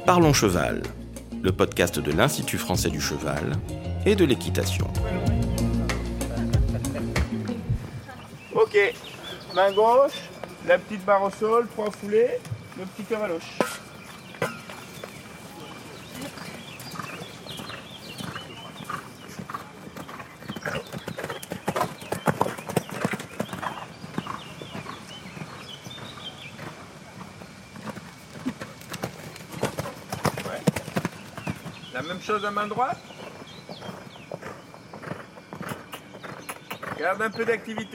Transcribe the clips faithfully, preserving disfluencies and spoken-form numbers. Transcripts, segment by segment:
Parlons Cheval, le podcast de l'Institut français du cheval et de l'équitation. Ok, main gauche, la petite barre au sol, trois foulées, le petit cœur à l'auche. La même chose à main droite. Garde un peu d'activité.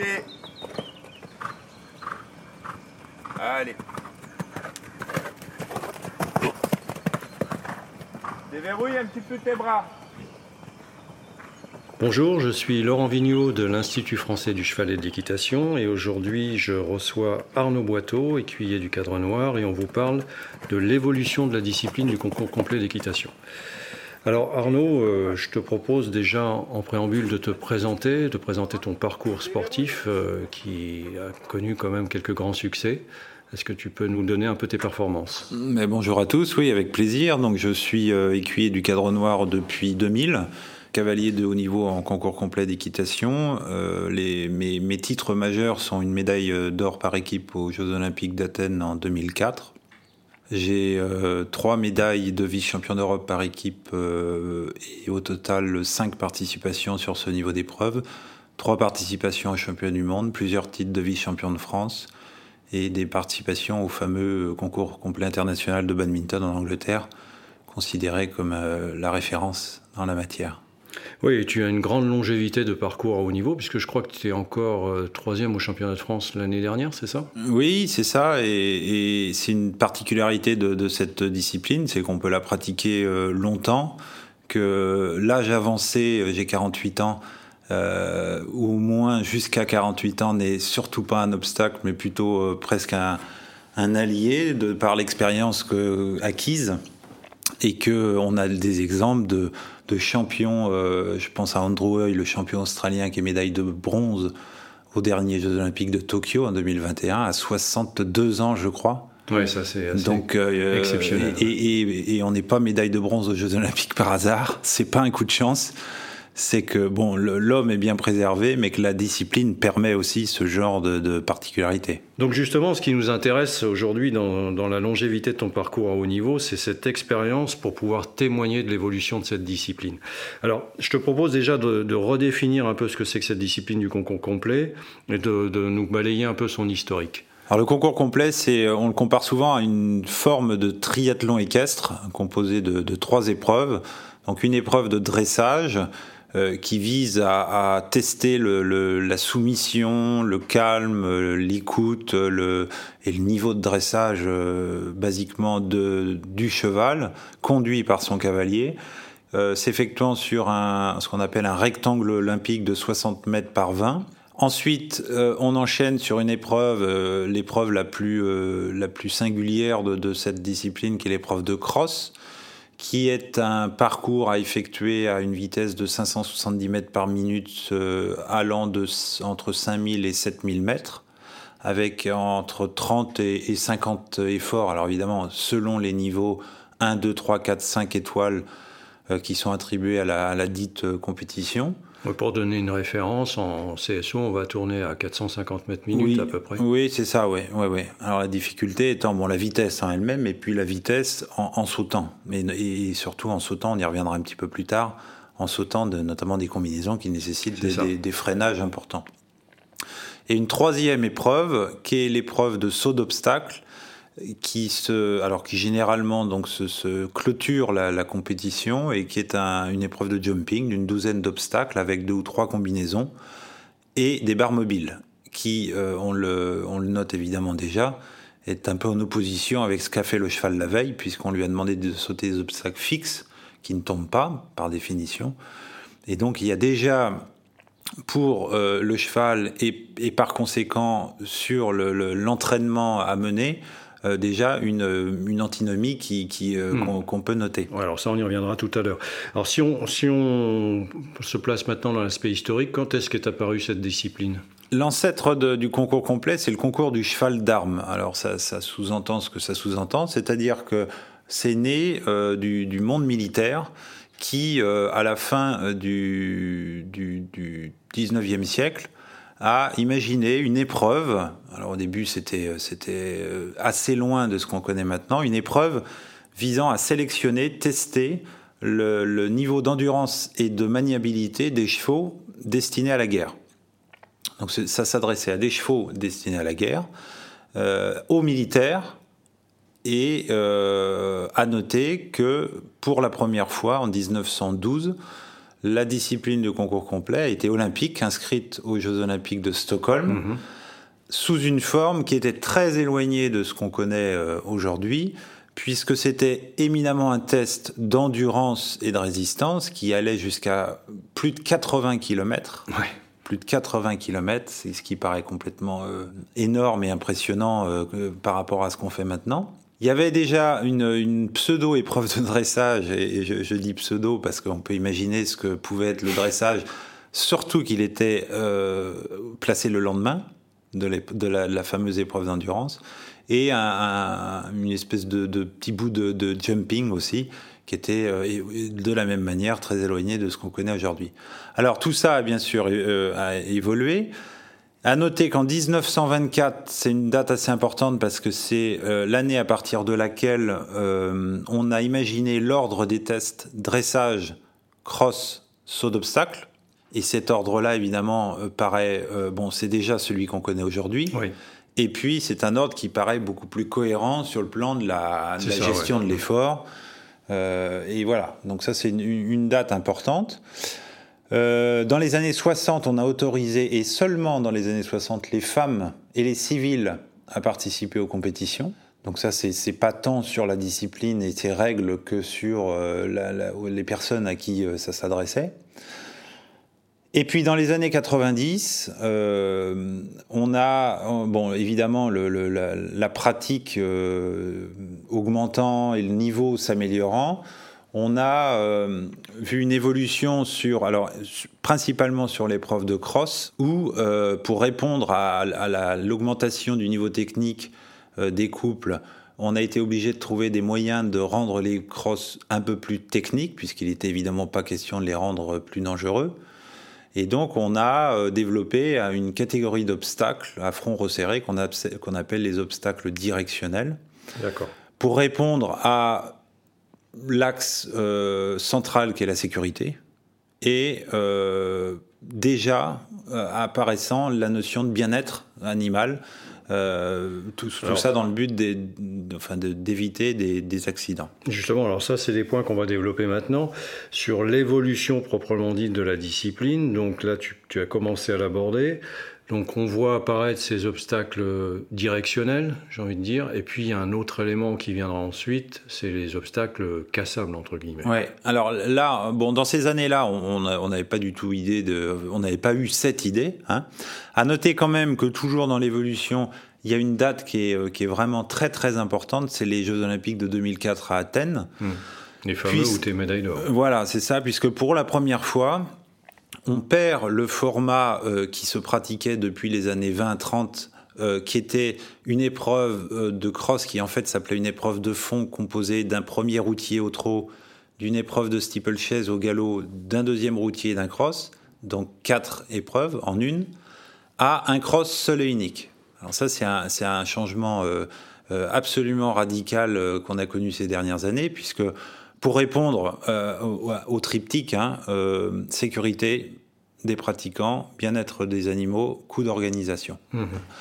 Allez. Déverrouille un petit peu tes bras. Bonjour, je suis Laurent Vigneault de l'Institut français du cheval et de l'équitation et aujourd'hui je reçois Arnaud Boiteau, écuyer du Cadre Noir, et on vous parle de l'évolution de la discipline du concours complet d'équitation. Alors Arnaud, euh, je te propose déjà en préambule de te présenter, de présenter ton parcours sportif euh, qui a connu quand même quelques grands succès. Est-ce que tu peux nous donner un peu tes performances ? Mais bonjour à tous, oui, avec plaisir. Donc, je suis euh, écuyer du Cadre Noir depuis deux mille, cavalier de haut niveau en concours complet d'équitation. Euh, les, mes, mes titres majeurs sont une médaille d'or par équipe aux Jeux Olympiques d'Athènes en deux mille quatre. J'ai euh, trois médailles de vice-champion d'Europe par équipe euh, et au total cinq participations sur ce niveau d'épreuve. Trois participations aux championnats du monde, plusieurs titres de vice-champion de France et des participations au fameux concours complet international de badminton en Angleterre, considéré comme euh, la référence dans la matière. Oui, et tu as une grande longévité de parcours à haut niveau, puisque je crois que tu es encore euh, troisième au championnat de France l'année dernière, c'est ça ? Oui, c'est ça, et, et c'est une particularité de, de cette discipline, c'est qu'on peut la pratiquer euh, longtemps, que l'âge avancé, j'ai quarante-huit ans, euh, ou au moins jusqu'à quarante-huit ans n'est surtout pas un obstacle, mais plutôt euh, presque un, un allié de par l'expérience que, acquise, et que on a des exemples de de champions, euh, je pense à Andrew Hoy, le champion australien qui est médaille de bronze aux derniers Jeux Olympiques de Tokyo en deux mille vingt et un, à soixante-deux ans, je crois. Oui, ça c'est assez Donc, euh, exceptionnel. Et, et, et on n'est pas médaille de bronze aux Jeux Olympiques par hasard, c'est pas un coup de chance. C'est que bon, le, l'homme est bien préservé, mais que la discipline permet aussi ce genre de, de particularité. Donc justement, ce qui nous intéresse aujourd'hui dans, dans la longévité de ton parcours à haut niveau, c'est cette expérience pour pouvoir témoigner de l'évolution de cette discipline. Alors, je te propose déjà de, de redéfinir un peu ce que c'est que cette discipline du concours complet et de, de nous balayer un peu son historique. Alors le concours complet, c'est, on le compare souvent à une forme de triathlon équestre composé de, de trois épreuves. Donc une épreuve de dressage, Euh, qui vise à, à tester le, le, la soumission, le calme, l'écoute le, et le niveau de dressage euh, basiquement de, du cheval, conduit par son cavalier, euh, s'effectuant sur un, ce qu'on appelle un rectangle olympique de soixante mètres par vingt. Ensuite, euh, on enchaîne sur une épreuve, euh, l'épreuve la plus, euh, la plus singulière de, de cette discipline, qui est l'épreuve de cross, qui est un parcours à effectuer à une vitesse de cinq cent soixante-dix mètres par minute, euh, allant de, entre cinq mille et sept mille mètres, avec entre trente et, et cinquante efforts. Alors évidemment, selon les niveaux un, deux, trois, quatre, cinq étoiles euh, qui sont attribués à la, à la dite euh, compétition. Pour donner une référence, en C S O, on va tourner à quatre cent cinquante mètres minutes oui, à peu près. Oui, c'est ça, oui. Ouais, ouais. Alors la difficulté étant bon, la vitesse en elle-même, et puis la vitesse en, en sautant. Mais, et surtout en sautant, on y reviendra un petit peu plus tard, en sautant de, notamment des combinaisons qui nécessitent des, des, des freinages importants. Et une troisième épreuve, qui est l'épreuve de saut d'obstacle, qui se, alors qui généralement donc se, se clôture la, la compétition et qui est un, une épreuve de jumping d'une douzaine d'obstacles avec deux ou trois combinaisons et des barres mobiles qui, euh, on, le, on le note évidemment déjà, est un peu en opposition avec ce qu'a fait le cheval la veille, puisqu'on lui a demandé de sauter des obstacles fixes qui ne tombent pas par définition. Et donc il y a déjà pour euh, le cheval et, et par conséquent sur le, le, l'entraînement à mener, Euh, déjà une, une antinomie qui, qui, euh, hmm. qu'on, qu'on peut noter. Ouais, alors ça, on y reviendra tout à l'heure. Alors si on, si on se place maintenant dans l'aspect historique, quand est-ce qu'est apparue cette discipline ? L'ancêtre de, du concours complet, c'est le concours du cheval d'armes. Alors ça, ça sous-entend ce que ça sous-entend, c'est-à-dire que c'est né euh, du, du monde militaire qui, euh, à la fin du, du, du dix-neuvième siècle, a imaginé une épreuve. Alors au début, c'était, c'était assez loin de ce qu'on connaît maintenant, une épreuve visant à sélectionner, tester le, le niveau d'endurance et de maniabilité des chevaux destinés à la guerre. Donc ça s'adressait à des chevaux destinés à la guerre, euh, aux militaires, et euh, à noter que pour la première fois, en dix-neuf cent douze, la discipline de concours complet a été olympique, inscrite aux Jeux olympiques de Stockholm, mmh. sous une forme qui était très éloignée de ce qu'on connaît euh, aujourd'hui, puisque c'était éminemment un test d'endurance et de résistance qui allait jusqu'à plus de quatre-vingts kilomètres. Ouais. Plus de quatre-vingts kilomètres, c'est ce qui paraît complètement euh, énorme et impressionnant euh, par rapport à ce qu'on fait maintenant. Il y avait déjà une, une pseudo-épreuve de dressage, et je, je dis pseudo parce qu'on peut imaginer ce que pouvait être le dressage, surtout qu'il était euh, placé le lendemain de, de, la, de la fameuse épreuve d'endurance, et un, un, une espèce de, de petit bout de, de jumping aussi, qui était euh, de la même manière très éloigné de ce qu'on connaît aujourd'hui. Alors tout ça, bien sûr, euh, a évolué. À noter qu'en dix-neuf cent vingt-quatre, c'est une date assez importante parce que c'est euh, l'année à partir de laquelle euh, on a imaginé l'ordre des tests dressage, cross, saut d'obstacle. Et cet ordre-là, évidemment, euh, paraît... Euh, bon, c'est déjà celui qu'on connaît aujourd'hui. Oui. Et puis, c'est un ordre qui paraît beaucoup plus cohérent sur le plan de la, de la ça, gestion ouais. de l'effort. Euh, et voilà, donc ça, c'est une, une date importante. Euh, dans les années soixante, on a autorisé, et seulement dans les années soixante, les femmes et les civils à participer aux compétitions. Donc ça, c'est, c'est pas tant sur la discipline et ses règles que sur euh, la, la, les personnes à qui euh, ça s'adressait. Et puis dans les années quatre-vingt-dix, euh, on a, bon, évidemment, le, le, la, la pratique euh, augmentant et le niveau s'améliorant. On a euh, vu une évolution sur, alors principalement sur l'épreuve de cross, où euh, pour répondre à, à la, l'augmentation du niveau technique euh, des couples, on a été obligé de trouver des moyens de rendre les crosses un peu plus techniques, puisqu'il n'était évidemment pas question de les rendre plus dangereux. Et donc on a euh, développé une catégorie d'obstacles à front resserré qu'on, a, qu'on appelle les obstacles directionnels. D'accord. Pour répondre à l'axe euh, central qui est la sécurité, et euh, déjà euh, apparaissant la notion de bien-être animal, euh, tout, tout alors, ça dans le but des, enfin de, d'éviter des, des accidents. Justement, alors ça c'est des points qu'on va développer maintenant sur l'évolution proprement dite de la discipline. Donc là tu, tu as commencé à l'aborder. Donc on voit apparaître ces obstacles directionnels, j'ai envie de dire, et puis il y a un autre élément qui viendra ensuite, c'est les obstacles cassables entre guillemets. Ouais. Alors là, bon, dans ces années-là, on on n'avait pas du tout idée de, on n'avait pas eu cette idée. Hein. À noter quand même que toujours dans l'évolution, il y a une date qui est qui est vraiment très très importante, c'est les Jeux Olympiques de deux mille quatre à Athènes. Hum. Les fameux Puis, où t'es médaille d'or. Voilà, c'est ça, puisque pour la première fois, on perd le format euh, qui se pratiquait depuis les années vingt trente, euh, qui était une épreuve euh, de cross qui en fait s'appelait une épreuve de fond composée d'un premier routier au trot, d'une épreuve de steeplechase au galop, d'un deuxième routier et d'un cross, donc quatre épreuves en une, à un cross seul et unique. Alors ça, c'est un, c'est un changement euh, euh, absolument radical euh, qu'on a connu ces dernières années, puisque pour répondre euh, au, au triptyque, hein, euh, sécurité des pratiquants, bien-être des animaux, coût d'organisation. Mmh.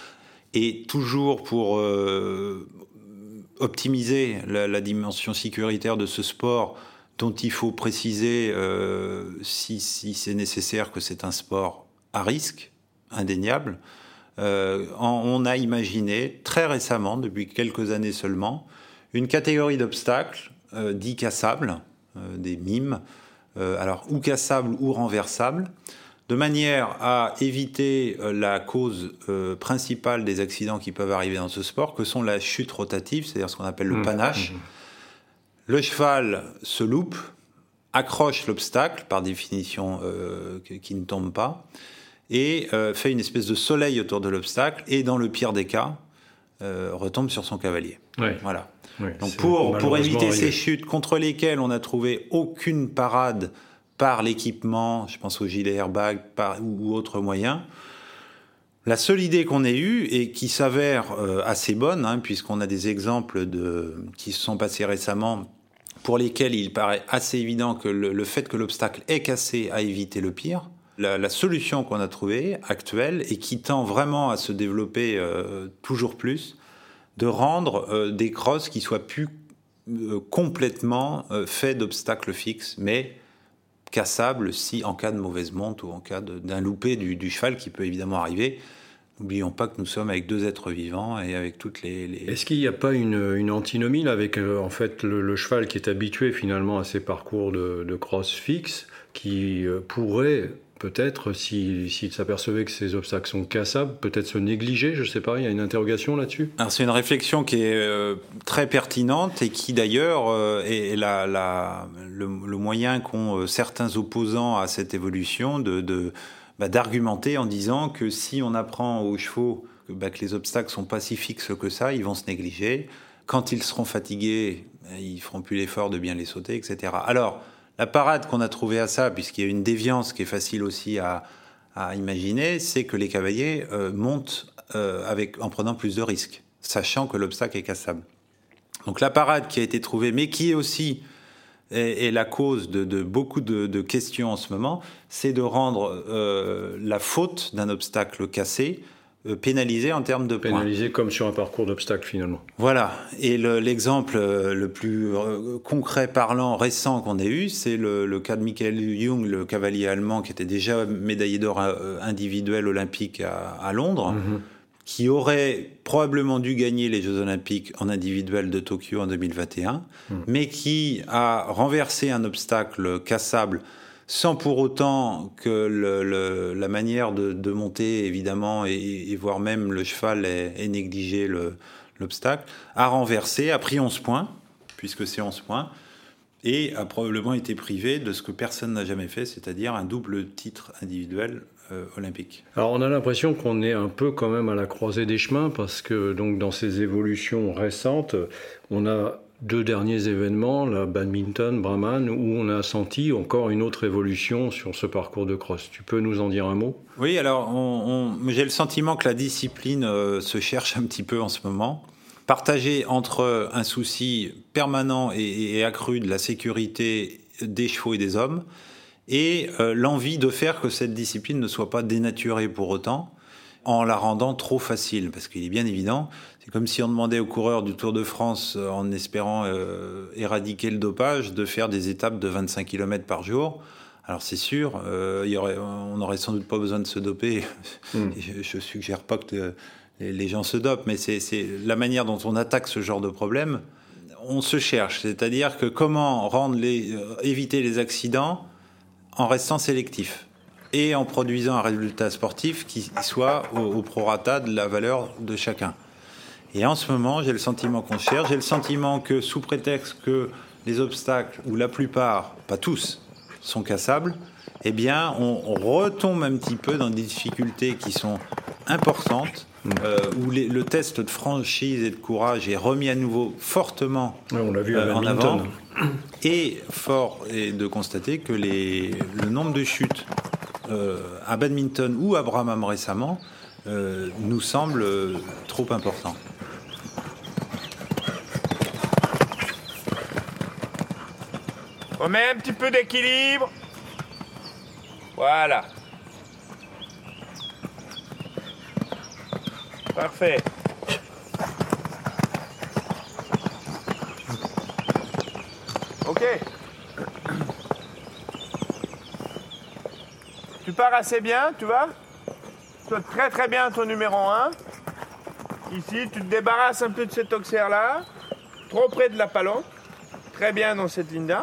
Et toujours pour euh, optimiser la, la dimension sécuritaire de ce sport, dont il faut préciser, euh, si, si c'est nécessaire, que c'est un sport à risque, indéniable, euh, on a imaginé très récemment, depuis quelques années seulement, une catégorie d'obstacles Euh, dits cassables, euh, des mimes, euh, alors ou cassables ou renversables, de manière à éviter euh, la cause euh, principale des accidents qui peuvent arriver dans ce sport, que sont la chute rotative, c'est-à-dire ce qu'on appelle le panache. Mmh. Le cheval se loupe, accroche l'obstacle, par définition euh, qui ne tombe pas, et euh, fait une espèce de soleil autour de l'obstacle, et dans le pire des cas, euh, retombe sur son cavalier. Ouais. Voilà. Oui, Donc pour, pour éviter arrivé. ces chutes contre lesquelles on n'a trouvé aucune parade par l'équipement, je pense aux gilets airbag par, ou, ou autres moyens, la seule idée qu'on ait eue et qui s'avère euh, assez bonne, hein, puisqu'on a des exemples de, qui se sont passés récemment pour lesquels il paraît assez évident que le, le fait que l'obstacle est cassé a évité le pire. La, la solution qu'on a trouvée, actuelle, et qui tend vraiment à se développer euh, toujours plus, de rendre euh, des crosses qui soient plus euh, complètement euh, faits d'obstacles fixes, mais cassables si en cas de mauvaise monte ou en cas de, d'un loupé du, du cheval qui peut évidemment arriver. N'oublions pas que nous sommes avec deux êtres vivants et avec toutes les... les... Est-ce qu'il n'y a pas une, une antinomie là, avec euh, en fait, le, le cheval qui est habitué finalement à ces parcours de, de cross fixes, qui euh, pourrait peut-être, si, s'il s'apercevait que ces obstacles sont cassables, peut-être se négliger, je ne sais pas, il y a une interrogation là-dessus ? Alors c'est une réflexion qui est euh, très pertinente et qui d'ailleurs euh, est, est la, la, le, le moyen qu'ont euh, certains opposants à cette évolution de... de Bah, d'argumenter en disant que si on apprend aux chevaux que, bah, que les obstacles sont pas si fixes que ça, ils vont se négliger. Quand ils seront fatigués, bah, ils feront plus l'effort de bien les sauter, et cetera. Alors, la parade qu'on a trouvée à ça, puisqu'il y a une déviance qui est facile aussi à, à imaginer, c'est que les cavaliers euh, montent euh, avec, en prenant plus de risques, sachant que l'obstacle est cassable. Donc la parade qui a été trouvée, mais qui est aussi... est la cause de, de beaucoup de, de questions en ce moment, c'est de rendre euh, la faute d'un obstacle cassé euh, pénalisée en termes de points. Pénalisée comme sur un parcours d'obstacles finalement. Voilà. Et le, l'exemple le plus euh, concret, parlant, récent qu'on ait eu, c'est le, le cas de Michael Jung, le cavalier allemand qui était déjà médaillé d'or euh, individuel olympique à, à Londres, mm-hmm. qui aurait probablement dû gagner les Jeux Olympiques en individuel de Tokyo en deux mille vingt et un, mmh. mais qui a renversé un obstacle cassable sans pour autant que le, le, la manière de, de monter, évidemment, et, et voire même le cheval ait, ait négligé le, l'obstacle, a renversé, a pris onze points, puisque c'est onze points, et a probablement été privé de ce que personne n'a jamais fait, c'est-à-dire un double titre individuel Euh, olympique. Alors on a l'impression qu'on est un peu quand même à la croisée des chemins parce que donc dans ces évolutions récentes, on a deux derniers événements, la badminton, Brahman, où on a senti encore une autre évolution sur ce parcours de cross. Tu peux nous en dire un mot ? Oui, alors on, on, j'ai le sentiment que la discipline euh, se cherche un petit peu en ce moment. Partagée entre un souci permanent et, et accru de la sécurité des chevaux et des hommes, et euh, l'envie de faire que cette discipline ne soit pas dénaturée pour autant, en la rendant trop facile. Parce qu'il est bien évident, c'est comme si on demandait aux coureurs du Tour de France, euh, en espérant euh, éradiquer le dopage, de faire des étapes de vingt-cinq kilomètres par jour. Alors c'est sûr, euh, il y aurait, on n'aurait sans doute pas besoin de se doper. Mmh. Je ne suggère pas que te, les, les gens se dopent, mais c'est, c'est la manière dont on attaque ce genre de problème. On se cherche, c'est-à-dire que comment rendre les, euh, éviter les accidents en restant sélectif et en produisant un résultat sportif qui soit au, au prorata de la valeur de chacun. Et en ce moment, j'ai le sentiment qu'on cherche, j'ai le sentiment que sous prétexte que les obstacles, ou la plupart, pas tous, sont cassables, eh bien, on, on retombe un petit peu dans des difficultés qui sont importantes, euh, où les, le test de franchise et de courage est remis à nouveau fortement ouais, on l'a vu euh, à en avant. Hamilton. Et fort est de constater que les, le nombre de chutes euh, à badminton ou à Brahman récemment euh, nous semble euh, trop important. On met un petit peu d'équilibre. Voilà. Parfait. Ok. Tu pars assez bien, tu vois? Saute très très bien ton numéro un. Ici, tu te débarrasses un peu de cet auxerre-là. Trop près de la palanque. Très bien dans cette ligne-là.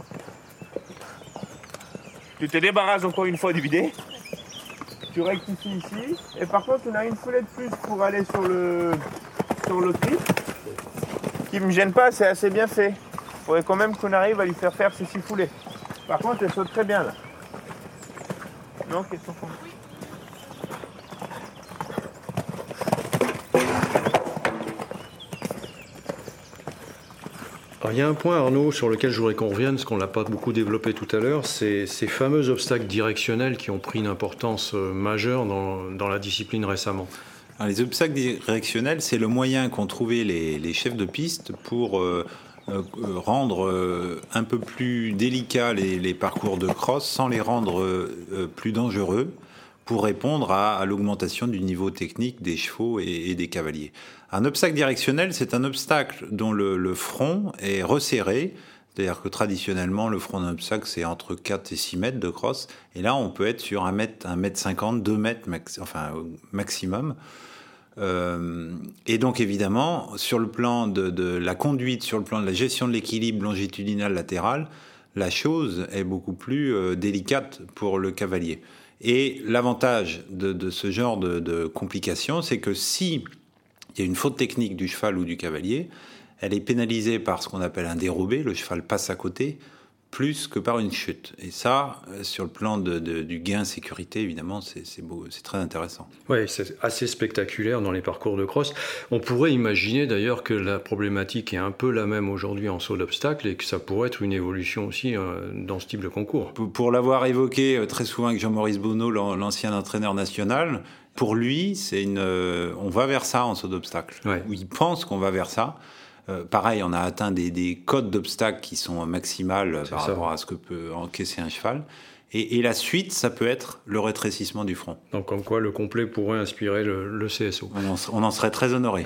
Tu te débarrasses encore une fois du bidet. Tu rectifies ici. Et par contre, on a une foulée de plus pour aller sur le, sur le clip. Qui ne me gêne pas, c'est assez bien fait. Il faudrait quand même qu'on arrive à lui faire faire ces six foulées. Par contre, elle saute très bien là. Non, question pour moi. Alors, il y a un point, Arnaud, sur lequel je voudrais qu'on revienne, parce qu'on ne l'a pas beaucoup développé tout à l'heure, c'est ces fameux obstacles directionnels qui ont pris une importance majeure dans, dans la discipline récemment. Alors, les obstacles directionnels, c'est le moyen qu'ont trouvé les, les chefs de piste pour euh, euh, rendre euh, un peu plus délicats les, les parcours de cross sans les rendre euh, plus dangereux, pour répondre à, à l'augmentation du niveau technique des chevaux et, et des cavaliers. Un obstacle directionnel, c'est un obstacle dont le, le front est resserré, c'est-à-dire que traditionnellement, le front d'un obstacle, c'est entre quatre et six mètres de crosse, et là, on peut être sur un mètre, un mètre cinquante, deux mètres, max, enfin, maximum. Euh, et donc, évidemment, sur le plan de, de la conduite, sur le plan de la gestion de l'équilibre longitudinal latéral, la chose est beaucoup plus euh, délicate pour le cavalier. Et l'avantage de, de ce genre de, de complications, c'est que si il y a une faute technique du cheval ou du cavalier, elle est pénalisée par ce qu'on appelle un dérobé, le cheval passe à côté, plus que par une chute. Et ça, sur le plan de, de, du gain sécurité, évidemment, c'est, c'est, beau, c'est très intéressant. Oui, c'est assez spectaculaire dans les parcours de cross. On pourrait imaginer d'ailleurs que la problématique est un peu la même aujourd'hui en saut d'obstacle et que ça pourrait être une évolution aussi euh, dans ce type de concours. Pour, pour l'avoir évoqué très souvent avec Jean-Maurice Bonneau, l'ancien entraîneur national, pour lui, c'est une, euh, on va vers ça en saut d'obstacle. Ouais. Il pense qu'on va vers ça. Euh, pareil, on a atteint des, des codes d'obstacles qui sont maximales c'est par ça. rapport à ce que peut encaisser un cheval. Et, et la suite, ça peut être le rétrécissement du front. Donc, comme quoi, le complet pourrait inspirer le, le C S O. On en, on en serait très honoré.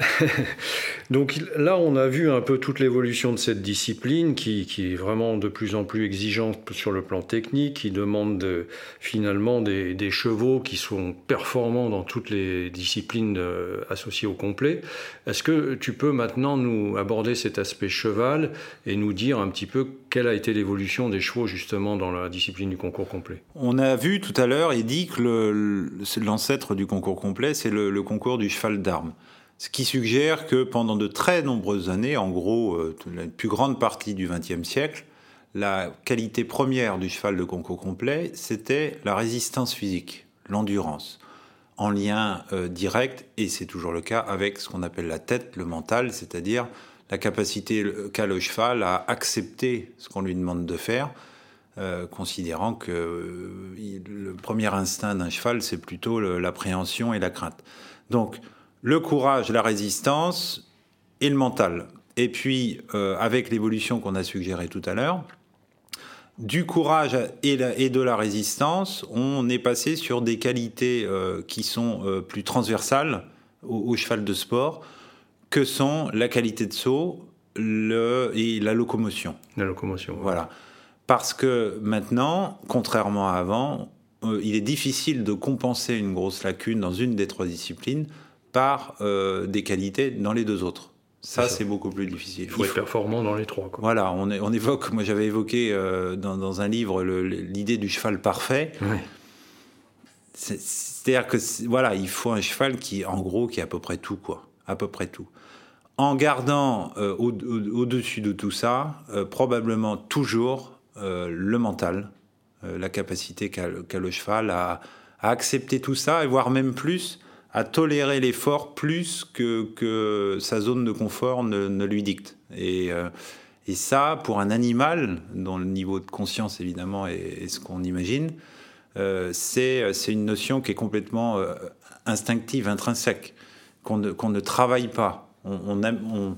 Donc là, on a vu un peu toute l'évolution de cette discipline qui, qui est vraiment de plus en plus exigeante sur le plan technique, qui demande de, finalement des, des chevaux qui sont performants dans toutes les disciplines euh, associées au complet. Est-ce que tu peux maintenant nous aborder cet aspect cheval et nous dire un petit peu quelle a été l'évolution des chevaux justement dans la discipline du concours complet? On a vu tout à l'heure et dit que le, le, l'ancêtre du concours complet, c'est le, le concours du cheval d'armes. Ce qui suggère que pendant de très nombreuses années, en gros euh, la plus grande partie du vingtième siècle, la qualité première du cheval de concours complet, c'était la résistance physique, l'endurance, en lien euh, direct, et c'est toujours le cas, avec ce qu'on appelle la tête, le mental, c'est-à-dire la capacité qu'a le cheval à accepter ce qu'on lui demande de faire, euh, considérant que euh, le premier instinct d'un cheval, c'est plutôt le, l'appréhension et la crainte. Donc, le courage, la résistance et le mental. Et puis, euh, avec l'évolution qu'on a suggérée tout à l'heure, du courage et, la, et de la résistance, on est passé sur des qualités euh, qui sont euh, plus transversales au, au cheval de sport, que sont la qualité de saut le, et la locomotion. La locomotion. Ouais. Voilà. Parce que maintenant, contrairement à avant, euh, il est difficile de compenser une grosse lacune dans une des trois disciplines par euh, des qualités dans les deux autres. Ça, c'est, ça. c'est beaucoup plus difficile. Il faut il être faut... performant dans les trois. Quoi. Voilà, on, est, on évoque, moi j'avais évoqué euh, dans, dans un livre le, l'idée du cheval parfait. Oui. C'est, c'est-à-dire que, voilà, il faut un cheval qui, en gros, qui a à peu près tout, quoi. À peu près tout. En gardant euh, au, au, au-dessus de tout ça, euh, probablement toujours euh, le mental, euh, la capacité qu'a, qu'a le cheval à, à accepter tout ça, et voire même plus, à tolérer l'effort plus que, que sa zone de confort ne, ne lui dicte. Et, euh, et ça, pour un animal, dont le niveau de conscience, évidemment, est, est ce qu'on imagine, euh, c'est, c'est une notion qui est complètement euh, instinctive, intrinsèque, qu'on ne, qu'on ne travaille pas. On, on, on,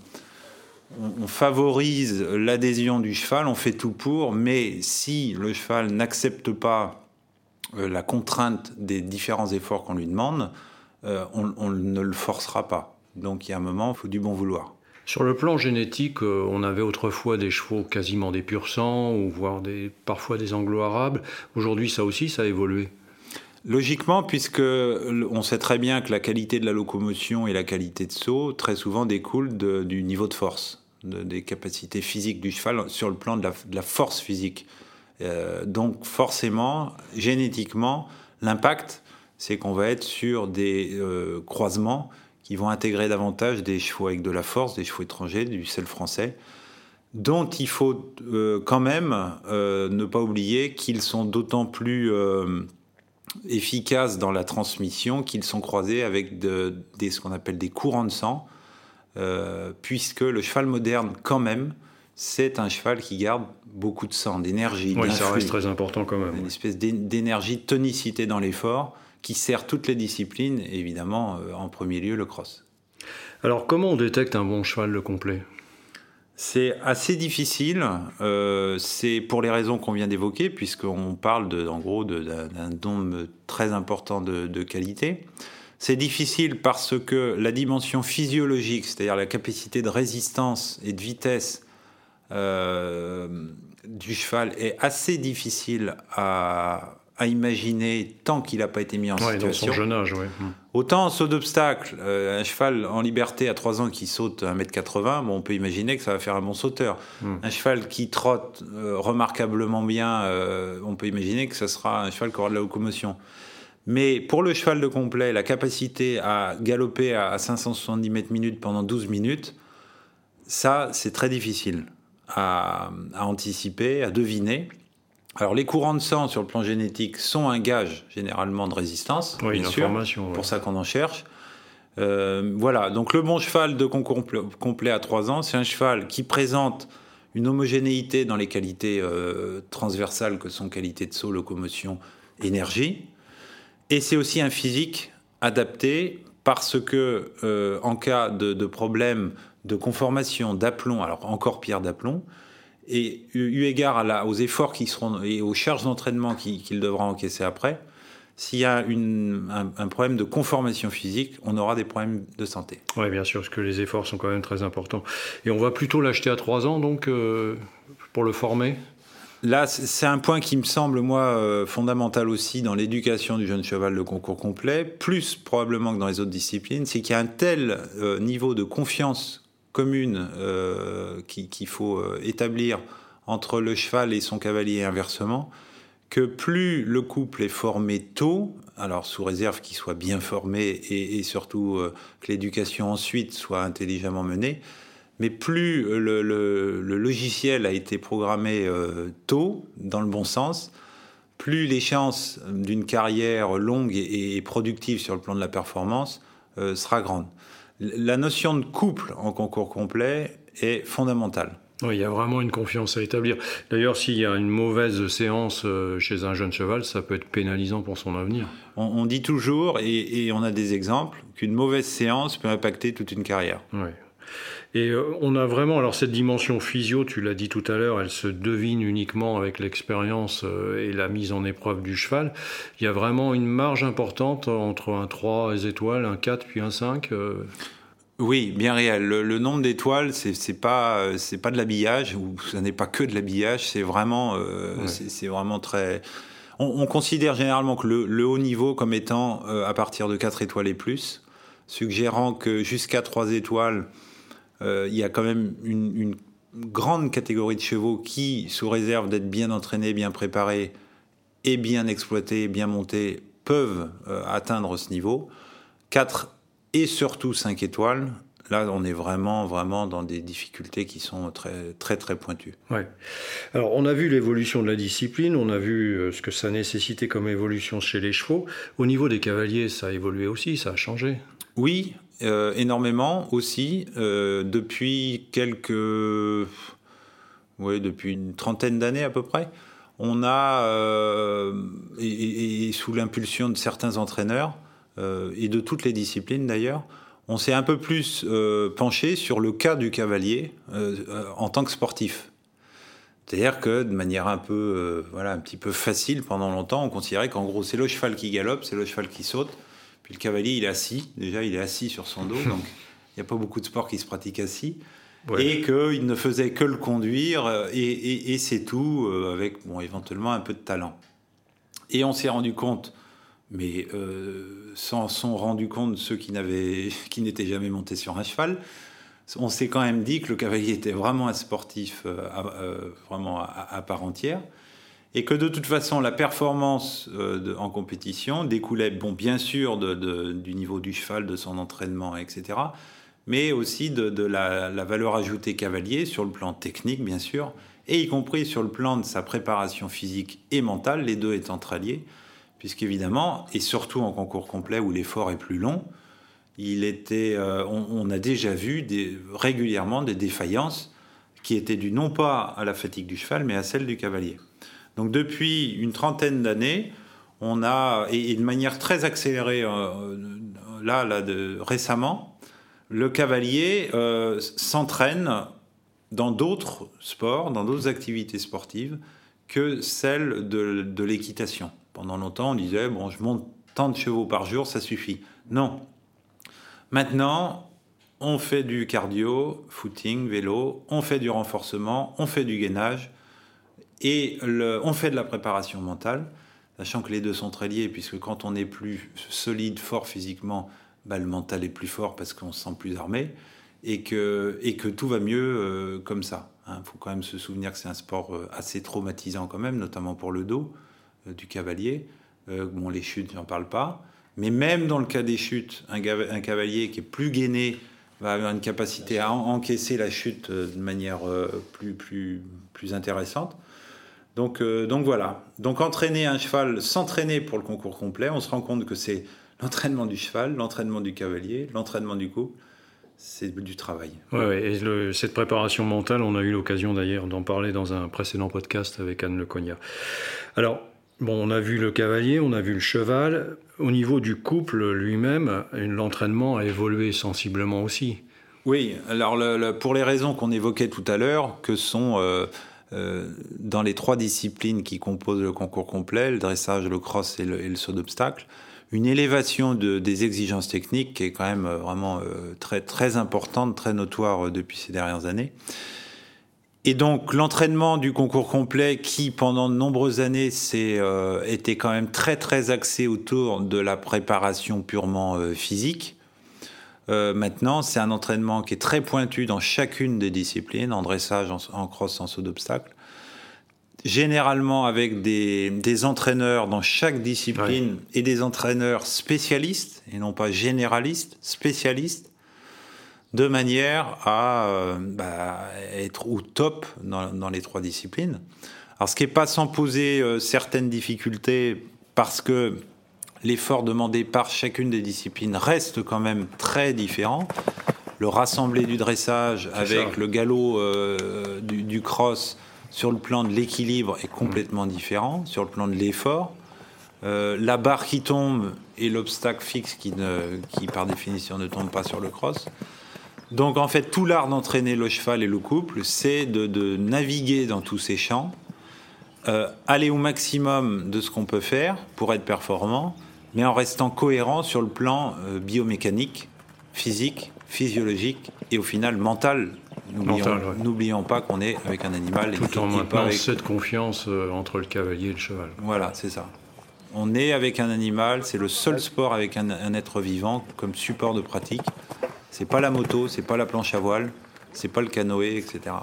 on favorise l'adhésion du cheval, on fait tout pour, mais si le cheval n'accepte pas euh, la contrainte des différents efforts qu'on lui demande, Euh, on, on ne le forcera pas. Donc il y a un moment, il faut du bon vouloir. Sur le plan génétique, euh, on avait autrefois des chevaux quasiment des pur sang, ou voire des, parfois des anglo-arabes. Aujourd'hui, ça aussi, ça a évolué. Logiquement, puisque on sait très bien que la qualité de la locomotion et la qualité de saut, très souvent découlent de, du niveau de force, de, des capacités physiques du cheval sur le plan de la, de la force physique. Euh, donc forcément, génétiquement, l'impact, c'est qu'on va être sur des euh, croisements qui vont intégrer davantage des chevaux avec de la force, des chevaux étrangers, du sel français, dont il faut euh, quand même euh, ne pas oublier qu'ils sont d'autant plus euh, efficaces dans la transmission qu'ils sont croisés avec de, des, ce qu'on appelle des courants de sang, euh, puisque le cheval moderne, quand même, c'est un cheval qui garde beaucoup de sang, d'énergie, Oui, ça d'influx. reste très important quand même. Une ouais. espèce d'énergie, de tonicité dans l'effort qui sert toutes les disciplines, et évidemment, euh, en premier lieu, le cross. Alors, comment on détecte un bon cheval de complet ? C'est assez difficile, euh, c'est pour les raisons qu'on vient d'évoquer, puisqu'on parle de, en gros de, d'un, d'un nombre très important de, de qualités. C'est difficile parce que la dimension physiologique, c'est-à-dire la capacité de résistance et de vitesse euh, du cheval, est assez difficile à, à imaginer tant qu'il n'a pas été mis en ouais, situation. Dans son jeune âge, oui. Autant en saut d'obstacle, euh, un cheval en liberté à trois ans qui saute un mètre quatre-vingts, bon, on peut imaginer que ça va faire un bon sauteur. Mm. Un cheval qui trotte euh, remarquablement bien, euh, on peut imaginer que ça sera un cheval qui aura de la locomotion. Mais pour le cheval de complet, la capacité à galoper à cinq cent soixante-dix mètres minute pendant douze minutes, ça, c'est très difficile à, à anticiper, à deviner. Alors, les courants de sang sur le plan génétique sont un gage généralement de résistance, oui, bien sûr, ouais. pour ça qu'on en cherche. Euh, voilà, donc le bon cheval de concours complet à trois ans, c'est un cheval qui présente une homogénéité dans les qualités euh, transversales que sont qualité de saut, locomotion, énergie. Et c'est aussi un physique adapté parce que, euh, en cas de, de problème de conformation, d'aplomb, alors encore pire d'aplomb, et eu égard à la, aux efforts qui seront et aux charges d'entraînement qu'il, qu'il devra encaisser après, s'il y a une, un, un problème de conformation physique, on aura des problèmes de santé. Oui, bien sûr, parce que les efforts sont quand même très importants. Et on va plutôt l'acheter à trois ans, donc, euh, pour le former ? Là, c'est un point qui me semble, moi, euh, fondamental aussi dans l'éducation du jeune cheval de concours complet, plus probablement que dans les autres disciplines, c'est qu'il y a un tel euh, niveau de confiance commune euh, qui, qu'il faut euh, établir entre le cheval et son cavalier et inversement, que plus le couple est formé tôt, alors sous réserve qu'il soit bien formé et, et surtout euh, que l'éducation ensuite soit intelligemment menée, mais plus le, le, le logiciel a été programmé euh, tôt, dans le bon sens, plus les chances d'une carrière longue et, et productive sur le plan de la performance euh, sera grande. La notion de couple en concours complet est fondamentale. Oui, il y a vraiment une confiance à établir. D'ailleurs, s'il y a une mauvaise séance chez un jeune cheval, ça peut être pénalisant pour son avenir. On, on dit toujours, et, et on a des exemples, qu'une mauvaise séance peut impacter toute une carrière. Oui. Et euh, on a vraiment, alors cette dimension physio, tu l'as dit tout à l'heure, elle se devine uniquement avec l'expérience euh, et la mise en épreuve du cheval. Il y a vraiment une marge importante entre un trois étoiles, un quatre puis un cinq euh... Oui, bien réel. Le, le nombre d'étoiles, c'est, c'est pas, c'est pas de l'habillage, ou ça n'est pas que de l'habillage, c'est vraiment, euh, ouais. c'est, c'est vraiment très. On, on considère généralement que le, le haut niveau comme étant euh, à partir de quatre étoiles et plus, suggérant que jusqu'à trois étoiles, euh, il y a quand même une, une grande catégorie de chevaux qui, sous réserve d'être bien entraînés, bien préparés et bien exploités, bien montés, peuvent euh, atteindre ce niveau. quatre et surtout cinq étoiles, là on est vraiment, vraiment dans des difficultés qui sont très, très, très pointues. Ouais. Alors on a vu l'évolution de la discipline, on a vu ce que ça nécessitait comme évolution chez les chevaux. Au niveau des cavaliers, ça a évolué aussi, ça a changé. Oui, euh, énormément aussi. Euh, depuis quelques... Oui, depuis une trentaine d'années à peu près, on a, euh, et, et, et sous l'impulsion de certains entraîneurs, Euh, et de toutes les disciplines d'ailleurs, on s'est un peu plus euh, penché sur le cas du cavalier euh, euh, en tant que sportif. C'est-à-dire que de manière un peu, euh, voilà, un petit peu facile pendant longtemps, on considérait qu'en gros c'est le cheval qui galope, c'est le cheval qui saute, puis le cavalier il est assis, déjà il est assis sur son dos, donc il n'y a pas beaucoup de sports qui se pratiquent assis, ouais. Et qu'il ne faisait que le conduire, et, et, et c'est tout, euh, avec bon, éventuellement un peu de talent. Et on s'est rendu compte, mais euh, s'en sont rendus compte ceux qui, n'avaient, qui n'étaient jamais montés sur un cheval, on s'est quand même dit que le cavalier était vraiment un sportif euh, euh, vraiment à, à part entière, et que de toute façon la performance euh, de, en compétition découlait, bon, bien sûr de, de, du niveau du cheval, de son entraînement, et cetera, mais aussi de, de la, la valeur ajoutée cavalier sur le plan technique, bien sûr, et y compris sur le plan de sa préparation physique et mentale, les deux étant très liés, puisqu'évidemment, et surtout en concours complet où l'effort est plus long, il était, euh, on, on a déjà vu des, régulièrement des défaillances qui était due non pas à la fatigue du cheval, mais à celle du cavalier. Donc depuis une trentaine d'années, on a, et de manière très accélérée, euh, là, là de, récemment, le cavalier euh, s'entraîne dans d'autres sports, dans d'autres activités sportives que celles de, de l'équitation. Pendant longtemps, on disait, bon, je monte tant de chevaux par jour, ça suffit. Non. Maintenant, on fait du cardio, footing, vélo, on fait du renforcement, on fait du gainage, et le, on fait de la préparation mentale, sachant que les deux sont très liés, puisque quand on est plus solide, fort physiquement, bah, le mental est plus fort parce qu'on se sent plus armé, et que, et que tout va mieux euh, comme ça. Il hein. faut quand même se souvenir que c'est un sport euh, assez traumatisant quand même, notamment pour le dos euh, du cavalier. Euh, bon, les chutes, j'en parle pas. Mais même dans le cas des chutes, un, ga- un cavalier qui est plus gainé va avoir une capacité à en- encaisser la chute euh, de manière euh, plus, plus, plus intéressante. Donc, euh, donc voilà. Donc entraîner un cheval, s'entraîner pour le concours complet, on se rend compte que c'est l'entraînement du cheval, l'entraînement du cavalier, l'entraînement du couple, c'est du travail. Ouais, ouais, et le, cette préparation mentale, on a eu l'occasion d'ailleurs d'en parler dans un précédent podcast avec Anne Lecognat. Alors, bon, on a vu le cavalier, on a vu le cheval. Au niveau du couple lui-même, l'entraînement a évolué sensiblement aussi. Oui, alors le, le, pour les raisons qu'on évoquait tout à l'heure, que sont euh, euh, dans les trois disciplines qui composent le concours complet, le dressage, le cross et le, et le saut d'obstacle, une élévation de, des exigences techniques qui est quand même vraiment euh, très, très importante, très notoire euh, depuis ces dernières années. Et donc l'entraînement du concours complet qui, pendant de nombreuses années, s'est, euh, était quand même très très axé autour de la préparation purement euh, physique, euh, maintenant c'est un entraînement qui est très pointu dans chacune des disciplines, en dressage, en, en cross, en saut d'obstacle, généralement avec des, des entraîneurs dans chaque discipline, ouais. Et des entraîneurs spécialistes, et non pas généralistes, spécialistes, de manière à euh, bah, être au top dans, dans les trois disciplines. Alors ce qui n'est pas sans poser euh, certaines difficultés, parce que l'effort demandé par chacune des disciplines reste quand même très différent. Le rassemblé du dressage C'est avec ça. le galop euh, du, du cross, sur le plan de l'équilibre, est complètement mmh. différent. Sur le plan de l'effort, euh, la barre qui tombe et l'obstacle fixe qui, ne, qui, par définition, ne tombe pas sur le cross. Donc, en fait, tout l'art d'entraîner le cheval et le couple, c'est de, de naviguer dans tous ces champs, euh, aller au maximum de ce qu'on peut faire pour être performant, mais en restant cohérent sur le plan euh, biomécanique, physique, physiologique et au final mental. N'oublions, mental, ouais. n'oublions pas qu'on est avec un animal. Tout en maintenant avec... cette confiance euh, entre le cavalier et le cheval. Voilà, c'est ça. On est avec un animal, c'est le seul sport avec un, un être vivant comme support de pratique. C'est pas la moto, c'est pas la planche à voile, c'est pas le canoë, et cetera.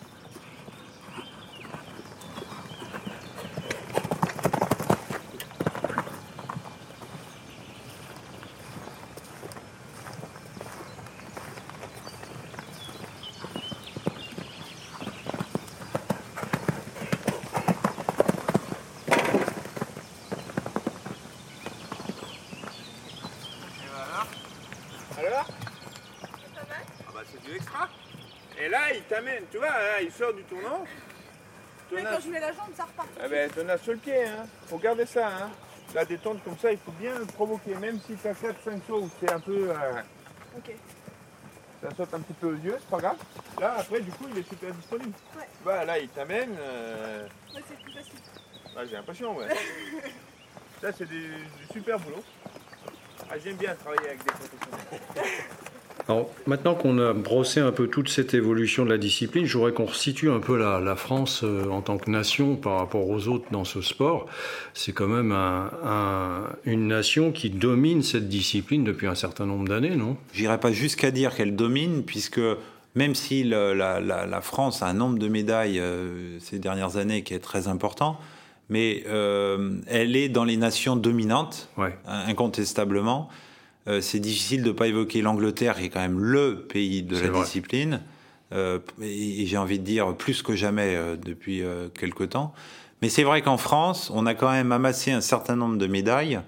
Tu vois, là, il sort du tournant. Mais quand je mets la jambe, ça repart. Ah ben, t'en as sur le pied, hein. Faut garder ça, hein. La détente comme ça, il faut bien le provoquer, même si t'as quatre cinq sauts où c'est un peu. Euh, ok. Ça saute un petit peu aux yeux, c'est pas grave. Là, après, du coup, il est super disponible. Ouais. Bah, là, il t'amène. Euh... Ouais, c'est plus facile. Bah, j'ai l'impression, ouais. Ça, c'est du, du super boulot. Ah, j'aime bien travailler avec des professionnels. Alors, maintenant qu'on a brossé un peu toute cette évolution de la discipline, je voudrais qu'on resitue un peu la, la France euh, en tant que nation par rapport aux autres dans ce sport. C'est quand même un, un, une nation qui domine cette discipline depuis un certain nombre d'années, non ? J'irai pas jusqu'à dire qu'elle domine, puisque même si le, la, la, la France a un nombre de médailles euh, ces dernières années qui est très important, mais euh, elle est dans les nations dominantes, ouais. incontestablement. Euh, c'est difficile de ne pas évoquer l'Angleterre, qui est quand même le pays de c'est la vrai. discipline, euh, et, et j'ai envie de dire plus que jamais euh, depuis euh, quelque temps. Mais c'est vrai qu'en France, on a quand même amassé un certain nombre de médailles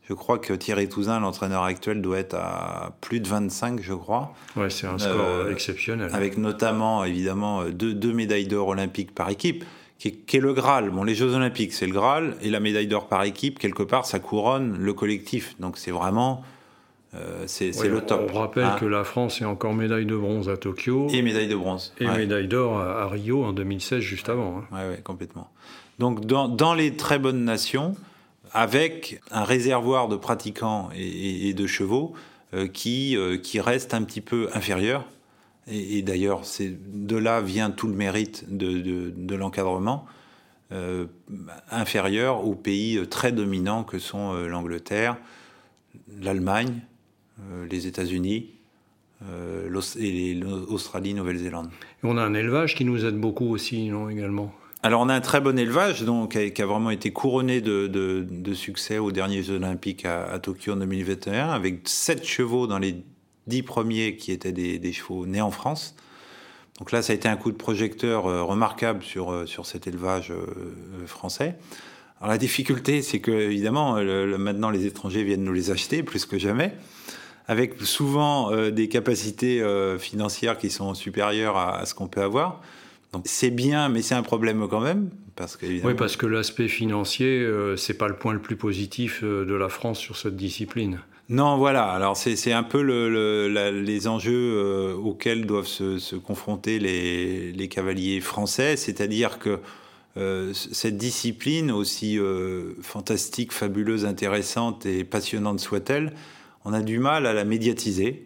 Je crois que Thierry Touzin, l'entraîneur actuel, doit être à plus de vingt-cinq, je crois. Ouais, c'est un score euh, exceptionnel. Avec notamment, évidemment, deux, deux médailles d'or olympiques par équipe, qui est, qui est le Graal. Bon, les Jeux olympiques, c'est le Graal, et la médaille d'or par équipe, quelque part, ça couronne le collectif. Donc c'est vraiment... Euh, c'est, c'est ouais, le top. On rappelle hein. que la France est encore médaille de bronze à Tokyo. Et médaille de bronze. Et ouais. médaille d'or à, à Rio en deux mille seize, juste avant. Hein. Oui, ouais, complètement. Donc dans, dans les très bonnes nations, avec un réservoir de pratiquants et, et, et de chevaux euh, qui, euh, qui reste un petit peu inférieur. Et, et d'ailleurs, c'est, de là vient tout le mérite de, de, de l'encadrement, euh, inférieur aux pays très dominants que sont euh, l'Angleterre, l'Allemagne, euh, les États-Unis euh, et l'Australie, Nouvelle-Zélande. Et on a un élevage qui nous aide beaucoup aussi, non, également. Alors on a un très bon élevage donc, qui a vraiment été couronné de, de, de succès aux derniers Jeux Olympiques à, à Tokyo en deux mille vingt et un, avec sept chevaux dans les dix premiers qui étaient des, des chevaux nés en France. Donc là, ça a été un coup de projecteur euh, remarquable sur, euh, sur cet élevage euh, français. Alors la difficulté, c'est que évidemment, le, le, maintenant les étrangers viennent nous les acheter plus que jamais, avec souvent euh, des capacités euh, financières qui sont supérieures à, à ce qu'on peut avoir. Donc c'est bien, mais c'est un problème quand même. Parce que, oui, parce que l'aspect financier, euh, c'est pas le point le plus positif euh, de la France sur cette discipline. Non, voilà. Alors c'est, c'est un peu le, le, la, les enjeux euh, auxquels doivent se, se confronter les, les cavaliers français, c'est-à-dire que euh, cette discipline, aussi euh, fantastique, fabuleuse, intéressante et passionnante soit-elle, on a du mal à la médiatiser.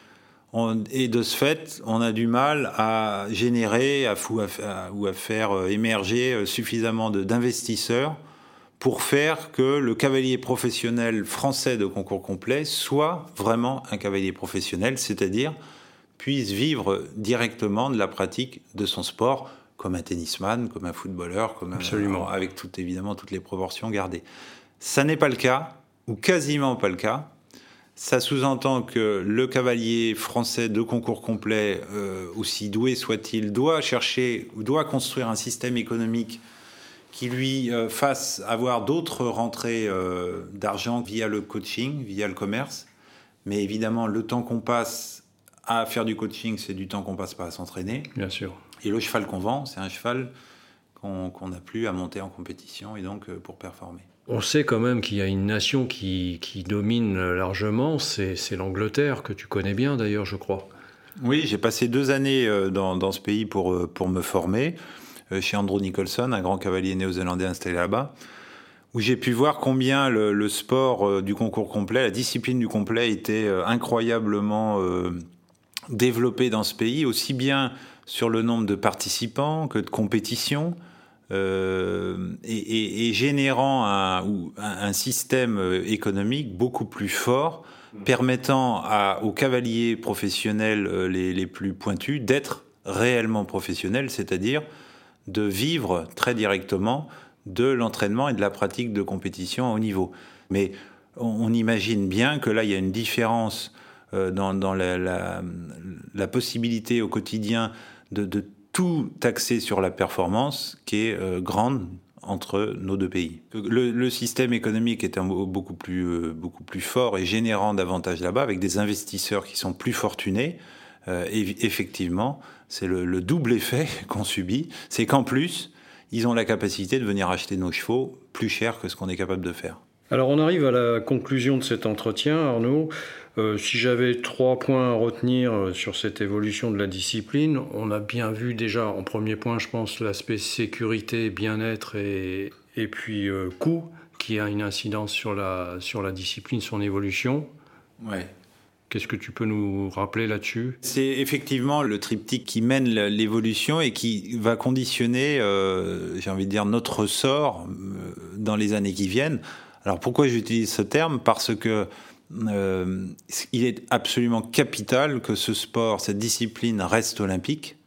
On, et de ce fait, on a du mal à générer à, fou, à, à, ou à faire émerger suffisamment de, d'investisseurs pour faire que le cavalier professionnel français de concours complet soit vraiment un cavalier professionnel, c'est-à-dire puisse vivre directement de la pratique de son sport, comme un tennisman, comme un footballeur, comme Absolument. Un, avec tout, évidemment toutes les proportions gardées. Ça n'est pas le cas, ou quasiment pas le cas. Ça sous-entend que le cavalier français de concours complet, euh, aussi doué soit-il, doit chercher ou doit construire un système économique qui lui euh, fasse avoir d'autres rentrées euh, d'argent via le coaching, via le commerce. Mais évidemment, le temps qu'on passe à faire du coaching, c'est du temps qu'on passe pas à s'entraîner. Bien sûr. Et le cheval qu'on vend, c'est un cheval qu'on, qu'on n'a plus à monter en compétition et donc euh, pour performer. On sait quand même qu'il y a une nation qui, qui domine largement, c'est, c'est l'Angleterre, que tu connais bien d'ailleurs, je crois. Oui, j'ai passé deux années dans, dans ce pays pour, pour me former, chez Andrew Nicholson, un grand cavalier néo-zélandais installé là-bas, où j'ai pu voir combien le, le sport du concours complet, la discipline du complet était incroyablement euh, développée dans ce pays, aussi bien sur le nombre de participants que de compétitions, Euh, et, et, et générant un, un système économique beaucoup plus fort, permettant à, aux cavaliers professionnels les, les plus pointus d'être réellement professionnels, c'est-à-dire de vivre très directement de l'entraînement et de la pratique de compétition à haut niveau. Mais on, on imagine bien que là, il y a une différence euh, dans, dans la, la, la possibilité au quotidien de, de tout axé sur la performance qui est euh, grande entre nos deux pays. Le, le système économique est un, beaucoup, plus, euh, beaucoup plus fort et générant davantage là-bas, avec des investisseurs qui sont plus fortunés. Euh, et effectivement, c'est le, le double effet qu'on subit, c'est qu'en plus, ils ont la capacité de venir acheter nos chevaux plus cher que ce qu'on est capable de faire. Alors on arrive à la conclusion de cet entretien, Arnaud. Euh, si j'avais trois points à retenir sur cette évolution de la discipline, on a bien vu déjà en premier point, je pense, l'aspect sécurité, bien-être et, et puis euh, coût, qui a une incidence sur la, sur la discipline, son évolution. Ouais. Qu'est-ce que tu peux nous rappeler là-dessus ? C'est effectivement le triptyque qui mène l'évolution et qui va conditionner, euh, j'ai envie de dire, notre sort dans les années qui viennent. Alors pourquoi j'utilise ce terme ? Parce que euh, il est absolument capital que ce sport, cette discipline reste olympique.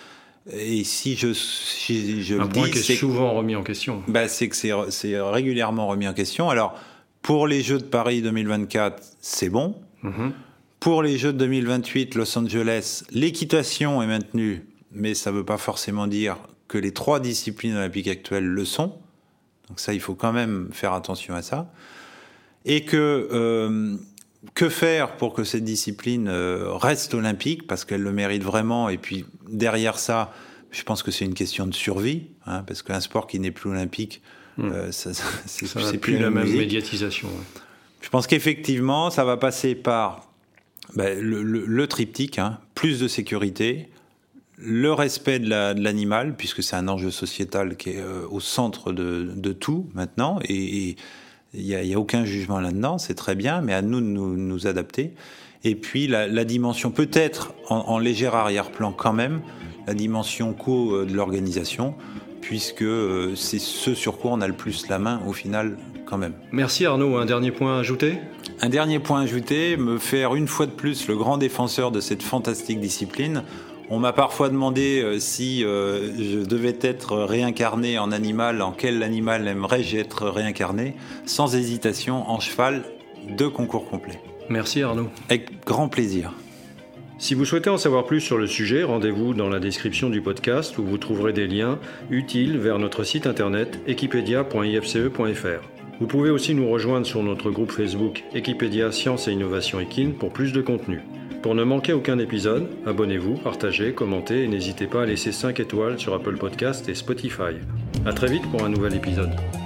Et si je, si je un le point dis, qui est c'est souvent remis en question. Bah, c'est que c'est, c'est régulièrement remis en question. Alors pour les Jeux de Paris deux mille vingt-quatre, c'est bon. Mm-hmm. Pour les Jeux de deux mille vingt-huit, Los Angeles, l'équitation est maintenue, mais ça ne veut pas forcément dire que les trois disciplines olympiques actuelles le sont. Donc ça, il faut quand même faire attention à ça. Et que, euh, que faire pour que cette discipline euh, reste olympique, parce qu'elle le mérite vraiment. Et puis derrière ça, je pense que c'est une question de survie, hein, parce qu'un sport qui n'est plus olympique, mmh. euh, ça, ça, c'est, ça c'est plus plus la même musique. médiatisation. Ouais. Je pense qu'effectivement, ça va passer par ben, le, le, le triptyque, hein, plus de sécurité, le respect de, la, de l'animal, puisque c'est un enjeu sociétal qui est euh, au centre de, de tout maintenant, et il n'y a, y a aucun jugement là-dedans, c'est très bien, mais à nous de nous, nous adapter. Et puis la, la dimension, peut-être en, en léger arrière-plan quand même, la dimension co de l'organisation, puisque euh, c'est ce sur quoi on a le plus la main au final quand même. Merci Arnaud, un dernier point à ajouter ? Un dernier point à ajouter, me faire une fois de plus le grand défenseur de cette fantastique discipline. On m'a parfois demandé euh, si euh, je devais être réincarné en animal, en quel animal aimerais-je être réincarné, sans hésitation, en cheval, de concours complet. Merci Arnaud. Avec grand plaisir. Si vous souhaitez en savoir plus sur le sujet, rendez-vous dans la description du podcast où vous trouverez des liens utiles vers notre site internet equipedia point i f c e point f r. Vous pouvez aussi nous rejoindre sur notre groupe Facebook Equipedia Sciences et Innovation Équine pour plus de contenu. Pour ne manquer aucun épisode, abonnez-vous, partagez, commentez et n'hésitez pas à laisser cinq étoiles sur Apple Podcasts et Spotify. À très vite pour un nouvel épisode.